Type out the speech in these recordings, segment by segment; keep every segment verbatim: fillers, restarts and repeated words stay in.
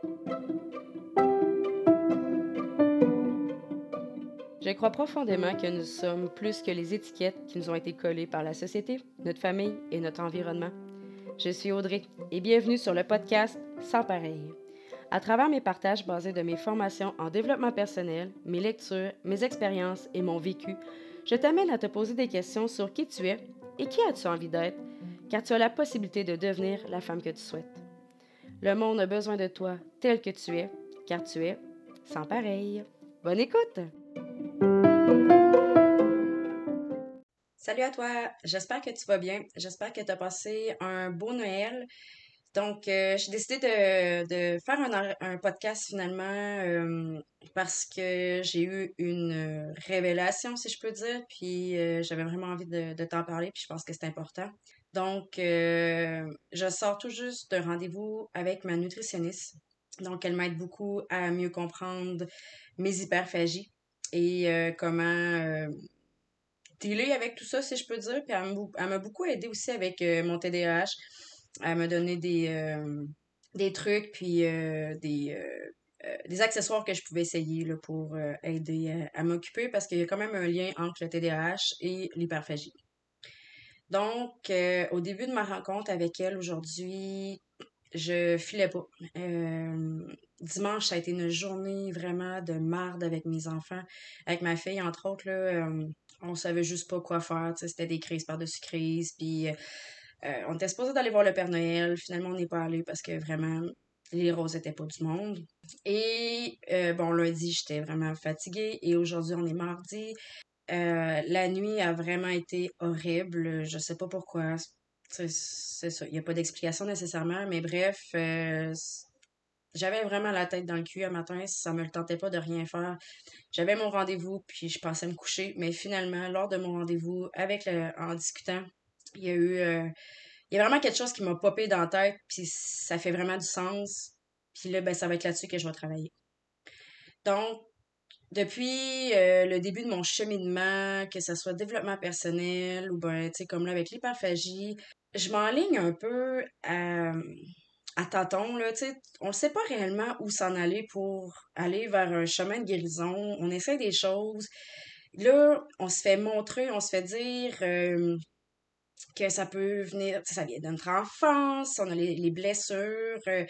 Je crois profondément que nous sommes plus que les étiquettes qui nous ont été collées par la société, notre famille et notre environnement. Je suis Audrey et bienvenue sur le podcast Sans pareil. À travers mes partages basés de mes formations en développement personnel, mes lectures, mes expériences et mon vécu, je t'amène à te poser des questions sur qui tu es et qui as-tu envie d'être, car tu as la possibilité de devenir la femme que tu souhaites. Le monde a besoin de toi tel que tu es, car tu es sans pareil. Bonne écoute! Salut à toi, j'espère que tu vas bien, j'espère que tu as passé un beau Noël. Donc, euh, j'ai décidé de, de faire un, un podcast finalement euh, parce que j'ai eu une révélation, si je peux dire, puis euh, j'avais vraiment envie de, de t'en parler, puis je pense que c'est important. Donc, euh, je sors tout juste de rendez-vous avec ma nutritionniste. Donc, elle m'aide beaucoup à mieux comprendre mes hyperphagies et euh, comment euh, dealer avec tout ça, si je peux dire. Puis elle m'a elle m'a beaucoup aidé aussi avec euh, mon T D A H. Elle m'a donné des, euh, des trucs, puis euh, des, euh, euh, des accessoires que je pouvais essayer là, pour euh, aider à, à m'occuper parce qu'il y a quand même un lien entre le T D A H et l'hyperphagie. Donc, euh, au début de ma rencontre avec elle aujourd'hui, je filais pas. Euh, dimanche, ça a été une journée vraiment de marde avec mes enfants. Avec ma fille, entre autres, là, euh, on savait juste pas quoi faire. Tu sais, c'était des crises par-dessus crises. Puis euh, on était supposé d'aller voir le Père Noël. Finalement, on n'est pas allé parce que vraiment, les roses étaient pas du monde. Et euh, bon, lundi, j'étais vraiment fatiguée. Et aujourd'hui, on est mardi. Euh, la nuit a vraiment été horrible. Je sais pas pourquoi. C'est c'est ça. Il n'y a pas d'explication nécessairement, mais bref, euh, c- j'avais vraiment la tête dans le cul un matin. Ça me le tentait pas de rien faire. J'avais mon rendez-vous, puis je pensais me coucher. Mais finalement, lors de mon rendez-vous, avec le, en discutant, il y a eu, euh, il y a vraiment quelque chose qui m'a popé dans la tête, puis ça fait vraiment du sens. Puis là, ben, ça va être là-dessus que je vais travailler. Donc, depuis euh, le début de mon cheminement, que ce soit développement personnel ou ben, tu sais, comme là avec l'hyperphagie, je m'enligne un peu à, à tâtons, là, tu sais, on ne sait pas réellement où s'en aller pour aller vers un chemin de guérison. On essaie des choses. Là, on se fait montrer, on se fait dire euh, que ça peut venir, tu sais, ça vient de notre enfance, on a les, les blessures. euh.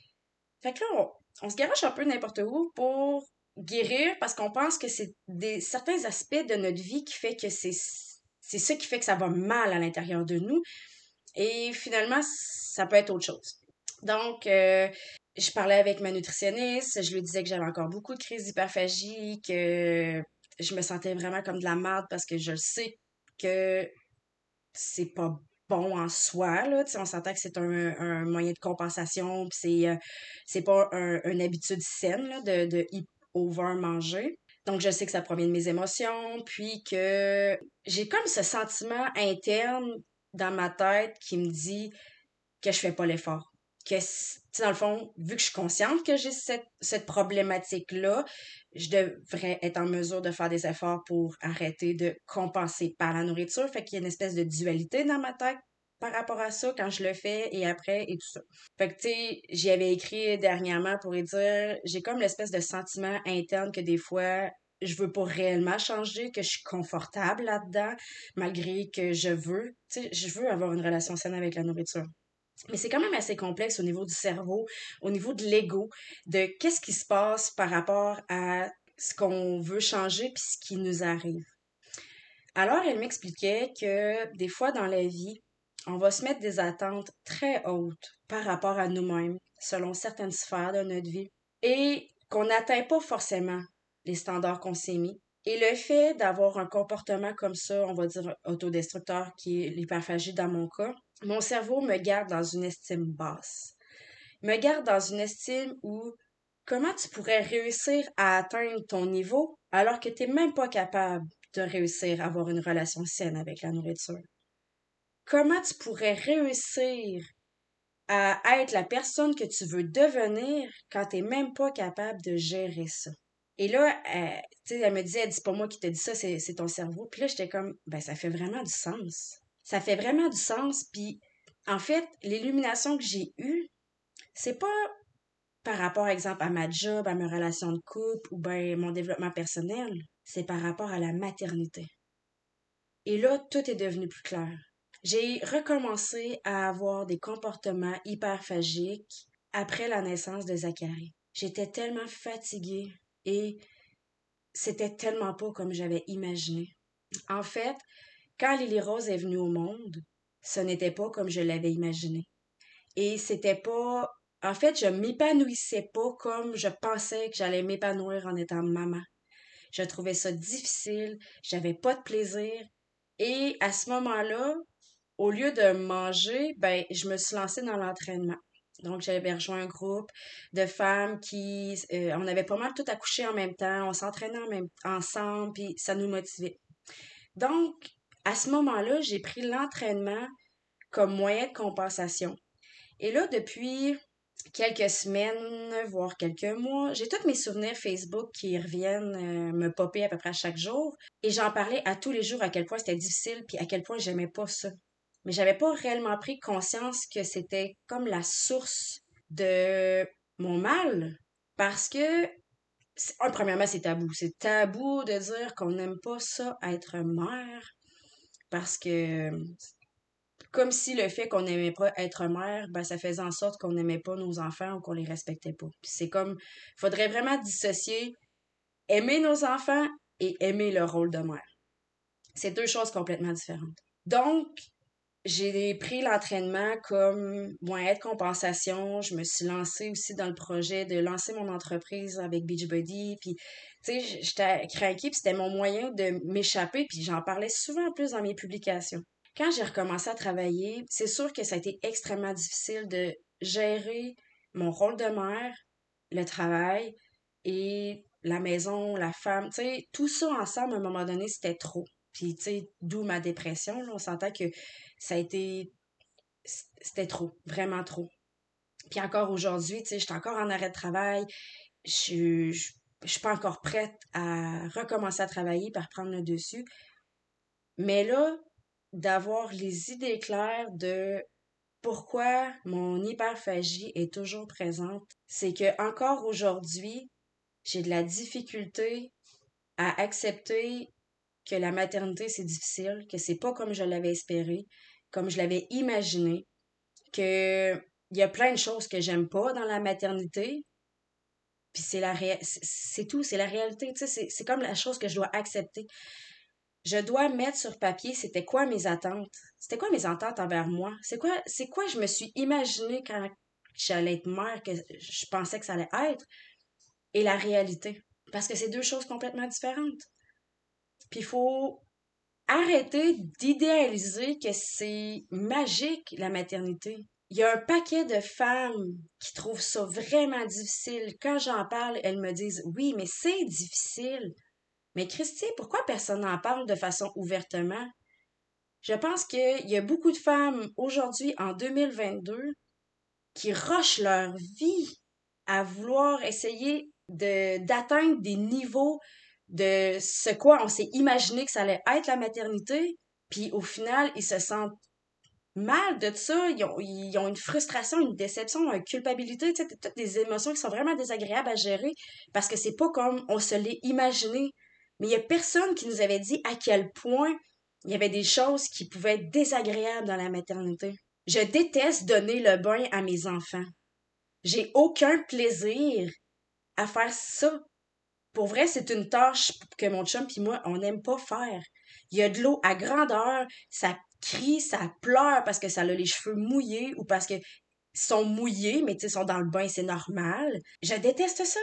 Fait que là, on, on se garoche un peu n'importe où pour guérir parce qu'on pense que c'est des certains aspects de notre vie qui fait que c'est c'est ça qui fait que ça va mal à l'intérieur de nous. Et finalement, ça peut être autre chose. Donc, euh, je parlais avec ma nutritionniste, je lui disais que j'avais encore beaucoup de crises d'hyperphagie, que je me sentais vraiment comme de la merde parce que je sais que c'est pas bon en soi, là. Tu sais, on s'entend que c'est un, un moyen de compensation, puis c'est, euh, c'est pas un, une habitude saine, là, de, de hy- over-manger. Donc, je sais que ça provient de mes émotions, puis que j'ai comme ce sentiment interne dans ma tête qui me dit que je fais pas l'effort. Que, c- tu sais, dans le fond, vu que je suis consciente que j'ai cette, cette problématique-là, je devrais être en mesure de faire des efforts pour arrêter de compenser par la nourriture. Fait qu'il y a une espèce de dualité dans ma tête par rapport à ça quand je le fais et après et tout ça. Fait que, tu sais, j'y avais écrit dernièrement pour lui dire, j'ai comme l'espèce de sentiment interne que des fois, je veux pas réellement changer, que je suis confortable là-dedans, malgré que je veux, tu sais, je veux avoir une relation saine avec la nourriture. Mais c'est quand même assez complexe au niveau du cerveau, au niveau de l'ego, de qu'est-ce qui se passe par rapport à ce qu'on veut changer puis ce qui nous arrive. Alors, elle m'expliquait que des fois dans la vie, on va se mettre des attentes très hautes par rapport à nous-mêmes, selon certaines sphères de notre vie, et qu'on n'atteint pas forcément les standards qu'on s'est mis. Et le fait d'avoir un comportement comme ça, on va dire autodestructeur, qui est l'hyperphagie dans mon cas, mon cerveau me garde dans une estime basse. Me garde dans une estime où comment tu pourrais réussir à atteindre ton niveau alors que tu n'es même pas capable de réussir à avoir une relation saine avec la nourriture? Comment tu pourrais réussir à être la personne que tu veux devenir quand tu n'es même pas capable de gérer ça? Et là, elle, tu sais, elle me disait, elle dit, c'est pas moi qui te dis ça, c'est, c'est ton cerveau. Puis là, j'étais comme, ben, ça fait vraiment du sens. Ça fait vraiment du sens. Puis, en fait, l'illumination que j'ai eue, c'est pas par rapport, exemple, à ma job, à mes relations de couple ou bien mon développement personnel, c'est par rapport à la maternité. Et là, tout est devenu plus clair. J'ai recommencé à avoir des comportements hyperphagiques après la naissance de Zachary. J'étais tellement fatiguée et c'était tellement pas comme j'avais imaginé. En fait, quand Lily Rose est venue au monde, ce n'était pas comme je l'avais imaginé. Et c'était pas... En fait, je m'épanouissais pas comme je pensais que j'allais m'épanouir en étant maman. Je trouvais ça difficile, j'avais pas de plaisir. Et à ce moment-là, au lieu de manger, ben, je me suis lancée dans l'entraînement. Donc, j'avais rejoint un groupe de femmes qui, euh, on avait pas mal tout accouché en même temps, on s'entraînait en même, ensemble, puis ça nous motivait. Donc, à ce moment-là, j'ai pris l'entraînement comme moyen de compensation. Et là, depuis quelques semaines, voire quelques mois, j'ai tous mes souvenirs Facebook qui reviennent euh, me popper à peu près à chaque jour. Et j'en parlais à tous les jours à quel point c'était difficile, puis à quel point j'aimais pas ça. Mais j'avais pas réellement pris conscience que c'était comme la source de mon mal. Parce que, c'est- un, premièrement, c'est tabou. C'est tabou de dire qu'on n'aime pas ça, être mère. Parce que comme si le fait qu'on n'aimait pas être mère, ben ça faisait en sorte qu'on n'aimait pas nos enfants ou qu'on les respectait pas. Puis c'est comme, faudrait vraiment dissocier aimer nos enfants et aimer le rôle de mère. C'est deux choses complètement différentes. Donc, j'ai pris l'entraînement comme moyen de compensation. Je me suis lancée aussi dans le projet de lancer mon entreprise avec Beachbody. Puis, tu sais, j'étais craquée, puis c'était mon moyen de m'échapper. Puis j'en parlais souvent en plus dans mes publications. Quand j'ai recommencé à travailler, c'est sûr que ça a été extrêmement difficile de gérer mon rôle de mère, le travail et la maison, la femme. Tu sais, tout ça ensemble, à un moment donné, c'était trop. Puis, tu sais, d'où ma dépression. Là, on s'entend que ça a été... C'était trop, vraiment trop. Puis encore aujourd'hui, tu sais, j'étais encore en arrêt de travail. Je, je, je suis pas encore prête à recommencer à travailler par prendre le dessus. Mais là, d'avoir les idées claires de pourquoi mon hyperphagie est toujours présente, c'est que encore aujourd'hui, j'ai de la difficulté à accepter que la maternité c'est difficile, que c'est pas comme je l'avais espéré, comme je l'avais imaginé, que il y a plein de choses que j'aime pas dans la maternité, puis c'est la ré... c'est tout, c'est la réalité, tu sais, c'est c'est comme la chose que je dois accepter. Je dois mettre sur papier c'était quoi mes attentes. C'était quoi mes attentes envers moi? C'est quoi c'est quoi je me suis imaginé quand j'allais être mère que je pensais que ça allait être et la réalité parce que c'est deux choses complètement différentes. Puis il faut arrêter d'idéaliser que c'est magique, la maternité. Il y a un paquet de femmes qui trouvent ça vraiment difficile. Quand j'en parle, elles me disent oui, mais c'est difficile. Mais Christy, pourquoi personne n'en parle de façon ouvertement? Je pense qu'il y a beaucoup de femmes aujourd'hui, en deux mille vingt-deux, qui rushent leur vie à vouloir essayer de d'atteindre des niveaux de ce quoi on s'est imaginé que ça allait être la maternité, puis au final, ils se sentent mal de ça, ils ont, ils ont une frustration, une déception, une culpabilité, tu sais, toutes des émotions qui sont vraiment désagréables à gérer parce que c'est pas comme on se l'est imaginé. Mais il y a personne qui nous avait dit à quel point il y avait des choses qui pouvaient être désagréables dans la maternité. Je déteste donner le bain à mes enfants. J'ai aucun plaisir à faire ça. Pour vrai, c'est une tâche que mon chum puis moi, on n'aime pas faire. Il y a de l'eau à grandeur, ça crie, ça pleure parce que ça a les cheveux mouillés ou parce que sont mouillés, mais tu sais, sont dans le bain, c'est normal. Je déteste ça.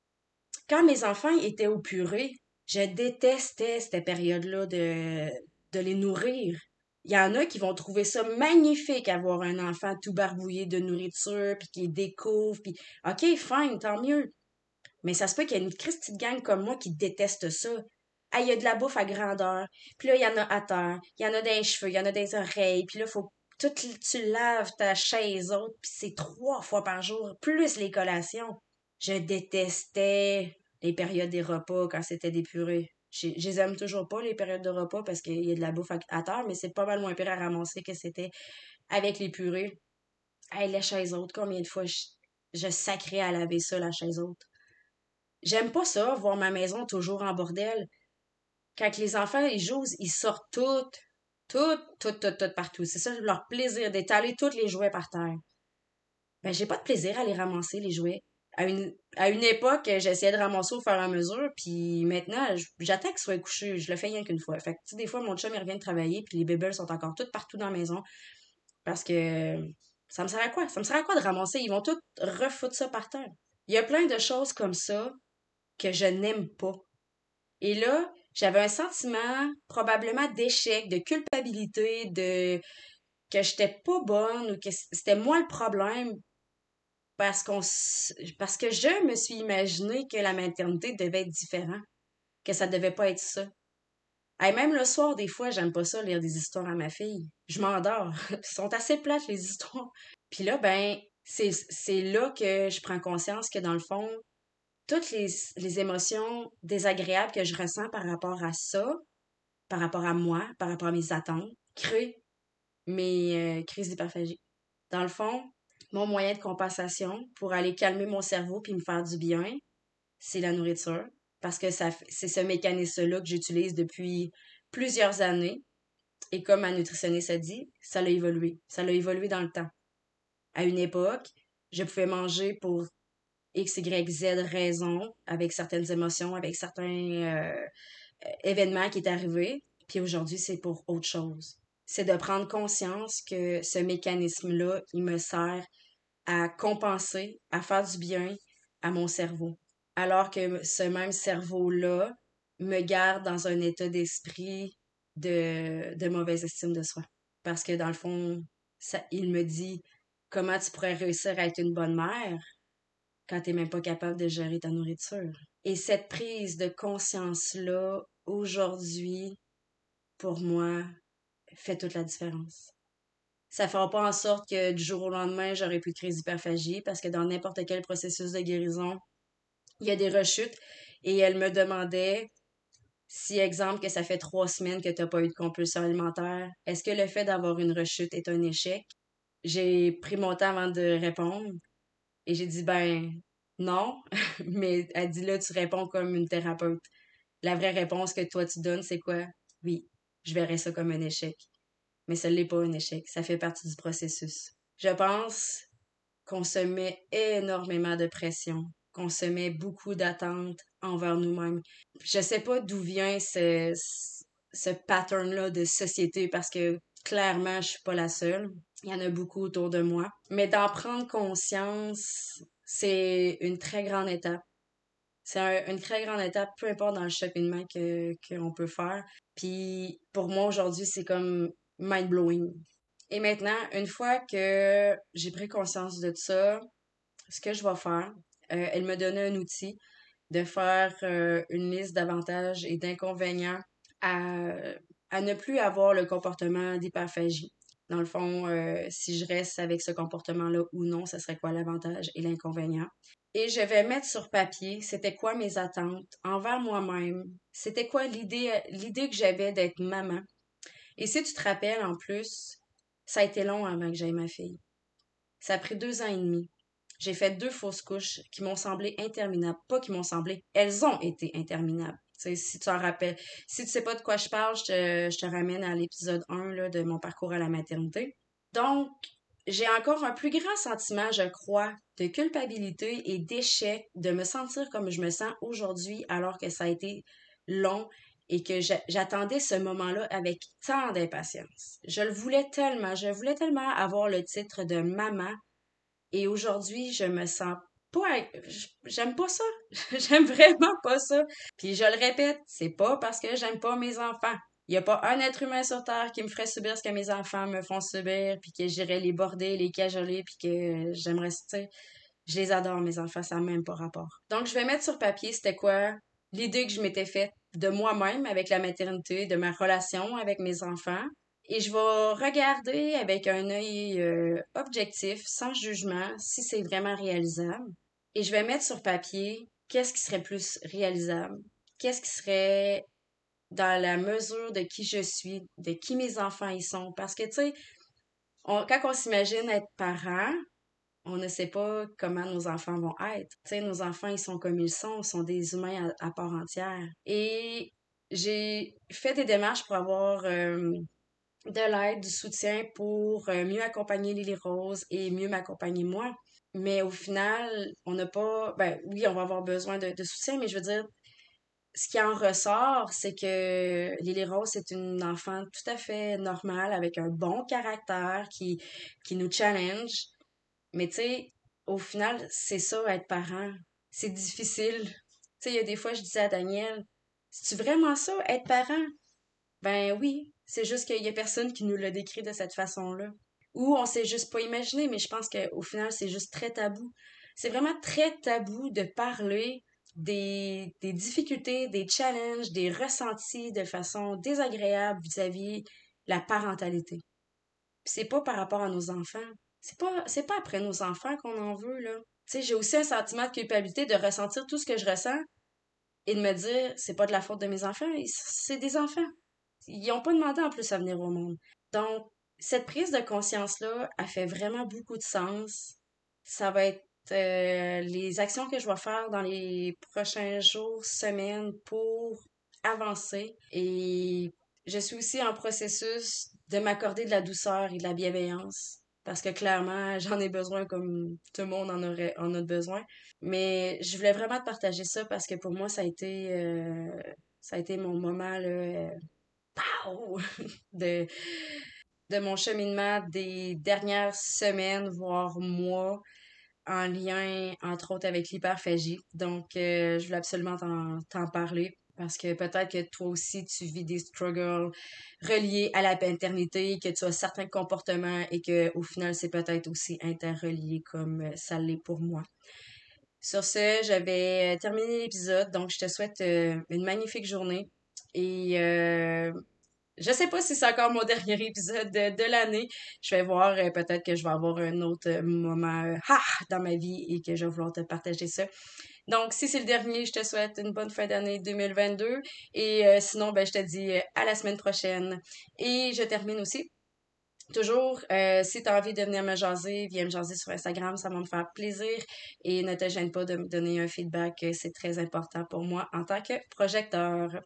Quand mes enfants étaient au purée, je détestais cette période-là de, de les nourrir. Il y en a qui vont trouver ça magnifique avoir un enfant tout barbouillé de nourriture, puis qui découvre, puis OK, fine, tant mieux. Mais ça se peut qu'il y ait une Christie de gang comme moi qui déteste ça. Ah, il y a de la bouffe à grandeur. Puis là, il y en a à terre. Il y en a des cheveux, il y en a des oreilles. Puis là, faut tout, tu laves ta chaise haute. Puis c'est trois fois par jour, plus les collations. Je détestais les périodes des repas quand c'était des purées. Je je les aime toujours pas, les périodes de repas, parce qu'il y a de la bouffe à, à terre, mais c'est pas mal moins pire à ramasser que c'était avec les purées. Hey, les chaises hautes, combien de fois je je sacrais à laver ça, la chaise haute. J'aime pas ça, voir ma maison toujours en bordel. Quand les enfants, ils jouent, ils sortent tout, tout, tout, tout, tout partout. C'est ça leur plaisir, d'étaler tous les jouets par terre. Ben, j'ai pas de plaisir à les ramasser, les jouets. À une, à une époque, j'essayais de ramasser au fur et à mesure, puis maintenant, j- j'attends qu'ils soient couchés. Je le fais rien qu'une fois. Fait que, tu sais, des fois, mon chum, il revient de travailler, puis les bébés sont encore toutes partout dans la maison, parce que ça me sert à quoi? Ça me sert à quoi de ramasser? Ils vont tous refoutre ça par terre. Il y a plein de choses comme ça que je n'aime pas. Et là, j'avais un sentiment probablement d'échec, de culpabilité, de que j'étais pas bonne ou que c'était moi le problème parce qu'on s- parce que je me suis imaginé que la maternité devait être différente, que ça devait pas être ça. Et même le soir, des fois, j'aime pas ça lire des histoires à ma fille. Je m'endors. Elles sont assez plates, les histoires. Puis là, ben, c'est c'est là que je prends conscience que dans le fond, toutes les, les émotions désagréables que je ressens par rapport à ça, par rapport à moi, par rapport à mes attentes, créent mes euh, crises d'hyperphagie. Dans le fond, mon moyen de compensation pour aller calmer mon cerveau puis me faire du bien, c'est la nourriture. Parce que ça, c'est ce mécanisme-là que j'utilise depuis plusieurs années. Et comme ma nutritionniste a dit, ça l'a évolué. Ça l'a évolué dans le temps. À une époque, je pouvais manger pour X, Y, Z raisons, avec certaines émotions, avec certains euh, événements qui est arrivé. Puis aujourd'hui, c'est pour autre chose. C'est de prendre conscience que ce mécanisme-là, il me sert à compenser, à faire du bien à mon cerveau. Alors que ce même cerveau-là me garde dans un état d'esprit de, de mauvaise estime de soi. Parce que dans le fond, ça, il me dit comment tu pourrais réussir à être une bonne mère quand tu n'es même pas capable de gérer ta nourriture. Et cette prise de conscience-là, aujourd'hui, pour moi, fait toute la différence. Ça fera pas en sorte que du jour au lendemain, j'aurai plus de crise d'hyperphagie parce que dans n'importe quel processus de guérison, il y a des rechutes. Et elle me demandait si, exemple, que ça fait trois semaines que tu n'as pas eu de compulsion alimentaire, est-ce que le fait d'avoir une rechute est un échec? J'ai pris mon temps avant de répondre et j'ai dit, ben, non. Mais elle dit là, tu réponds comme une thérapeute. La vraie réponse que toi tu donnes, c'est quoi? Oui, je verrais ça comme un échec. Mais ça l'est pas un échec. Ça fait partie du processus. Je pense qu'on se met énormément de pression, qu'on se met beaucoup d'attentes envers nous-mêmes. Je sais pas d'où vient ce, ce pattern-là de société parce que clairement, je suis pas la seule. Il y en a beaucoup autour de moi. Mais d'en prendre conscience, c'est une très grande étape. C'est un- une très grande étape, peu importe dans le cheminement que, qu'on peut faire. Puis pour moi, aujourd'hui, c'est comme mind-blowing. Et maintenant, une fois que j'ai pris conscience de ça, ce que je vais faire, euh, elle me donnait un outil de faire euh, une liste d'avantages et d'inconvénients à, à ne plus avoir le comportement d'hyperphagie. Dans le fond, euh, si je reste avec ce comportement-là ou non, ce serait quoi l'avantage et l'inconvénient. Et je vais mettre sur papier, c'était quoi mes attentes envers moi-même, c'était quoi l'idée, l'idée que j'avais d'être maman. Et si tu te rappelles, en plus, ça a été long avant que j'aie ma fille. Ça a pris deux ans et demi. J'ai fait deux fausses couches qui m'ont semblé interminables. Pas qui m'ont semblé, elles ont été interminables. Tu sais, si tu en rappelles, si tu sais pas de quoi je parle, je te, je te ramène à l'épisode un là, de mon parcours à la maternité. Donc, j'ai encore un plus grand sentiment, je crois, de culpabilité et d'échec, de me sentir comme je me sens aujourd'hui alors que ça a été long et que j'a- j'attendais ce moment-là avec tant d'impatience. Je le voulais tellement, je voulais tellement avoir le titre de maman et aujourd'hui, je me sens pas, j'aime pas ça. J'aime vraiment pas ça. Puis je le répète, c'est pas parce que j'aime pas mes enfants. Il y a pas un être humain sur Terre qui me ferait subir ce que mes enfants me font subir, puis que j'irais les border, les cajoler, puis que j'aimerais, tu sais, je les adore, mes enfants, ça n'a même pas rapport. Donc, je vais mettre sur papier, c'était quoi l'idée que je m'étais faite de moi-même avec la maternité, de ma relation avec mes enfants. Et je vais regarder avec un œil euh, objectif, sans jugement, si c'est vraiment réalisable. Et je vais mettre sur papier qu'est-ce qui serait plus réalisable, qu'est-ce qui serait dans la mesure de qui je suis, de qui mes enfants y sont. Parce que, tu sais, on- quand on s'imagine être parent, on ne sait pas comment nos enfants vont être. Tu sais, nos enfants, ils sont comme ils sont, ils sont des humains à, à part entière. Et j'ai fait des démarches pour avoir euh, de l'aide, du soutien pour euh, mieux accompagner Lily Rose et mieux m'accompagner moi. Mais au final, on n'a pas... Ben oui, on va avoir besoin de, de soutien, mais je veux dire, ce qui en ressort, c'est que Lily Rose est une enfant tout à fait normale, avec un bon caractère, qui, qui nous challenge. Mais tu sais, au final, c'est ça, être parent. C'est difficile. Tu sais, il y a des fois, je disais à Daniel, c'est-tu vraiment ça, être parent? Ben oui, c'est juste qu'il y a personne qui nous l'a décrit de cette façon-là. Ou on s'est juste pas imaginé, mais je pense qu'au final, c'est juste très tabou. C'est vraiment très tabou de parler des, des difficultés, des challenges, des ressentis de façon désagréable vis-à-vis la parentalité. Puis c'est pas par rapport à nos enfants. C'est pas, c'est pas après nos enfants qu'on en veut, là. Tu sais, j'ai aussi un sentiment de culpabilité de ressentir tout ce que je ressens et de me dire, c'est pas de la faute de mes enfants, c'est des enfants. Ils n'ont pas demandé en plus à venir au monde. Donc, cette prise de conscience-là, a fait vraiment beaucoup de sens. Ça va être euh, les actions que je vais faire dans les prochains jours, semaines pour avancer. Et je suis aussi en processus de m'accorder de la douceur et de la bienveillance. Parce que clairement, j'en ai besoin comme tout le monde en aurait en a besoin. Mais je voulais vraiment te partager ça parce que pour moi, ça a été euh, ça a été mon moment là, euh, pow! de, de mon cheminement des dernières semaines, voire mois, en lien, entre autres, avec l'hyperphagie. Donc, euh, je voulais absolument t'en, t'en parler parce que peut-être que toi aussi, tu vis des struggles reliés à la paternité, que tu as certains comportements et que au final, c'est peut-être aussi interrelié comme euh, ça l'est pour moi. Sur ce, j'avais terminé l'épisode, donc je te souhaite euh, une magnifique journée et euh, je sais pas si c'est encore mon dernier épisode de, de l'année. Je vais voir, euh, peut-être que je vais avoir un autre euh, moment euh, ah, dans ma vie et que je vais vouloir te partager ça. Donc, si c'est le dernier, je te souhaite une bonne fin d'année deux mille vingt-deux. Et euh, sinon, ben, je te dis euh, à la semaine prochaine. Et je termine aussi. Toujours, euh, si tu as envie de venir me jaser, viens me jaser sur Instagram, ça va me faire plaisir. Et ne te gêne pas de me donner un feedback, euh, c'est très important pour moi en tant que projecteur.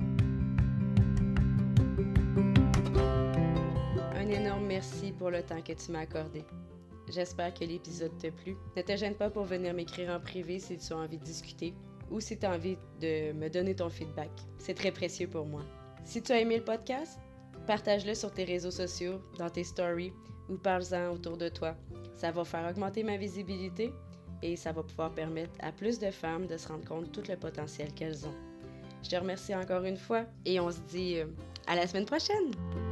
Un énorme merci pour le temps que tu m'as accordé. J'espère que l'épisode t'a plu. Ne te gêne pas pour venir m'écrire en privé si tu as envie de discuter ou si tu as envie de me donner ton feedback. C'est très précieux pour moi. Si tu as aimé le podcast, partage-le sur tes réseaux sociaux, dans tes stories ou parle-en autour de toi. Ça va faire augmenter ma visibilité et ça va pouvoir permettre à plus de femmes de se rendre compte de tout le potentiel qu'elles ont. Je te remercie encore une fois et on se dit à la semaine prochaine!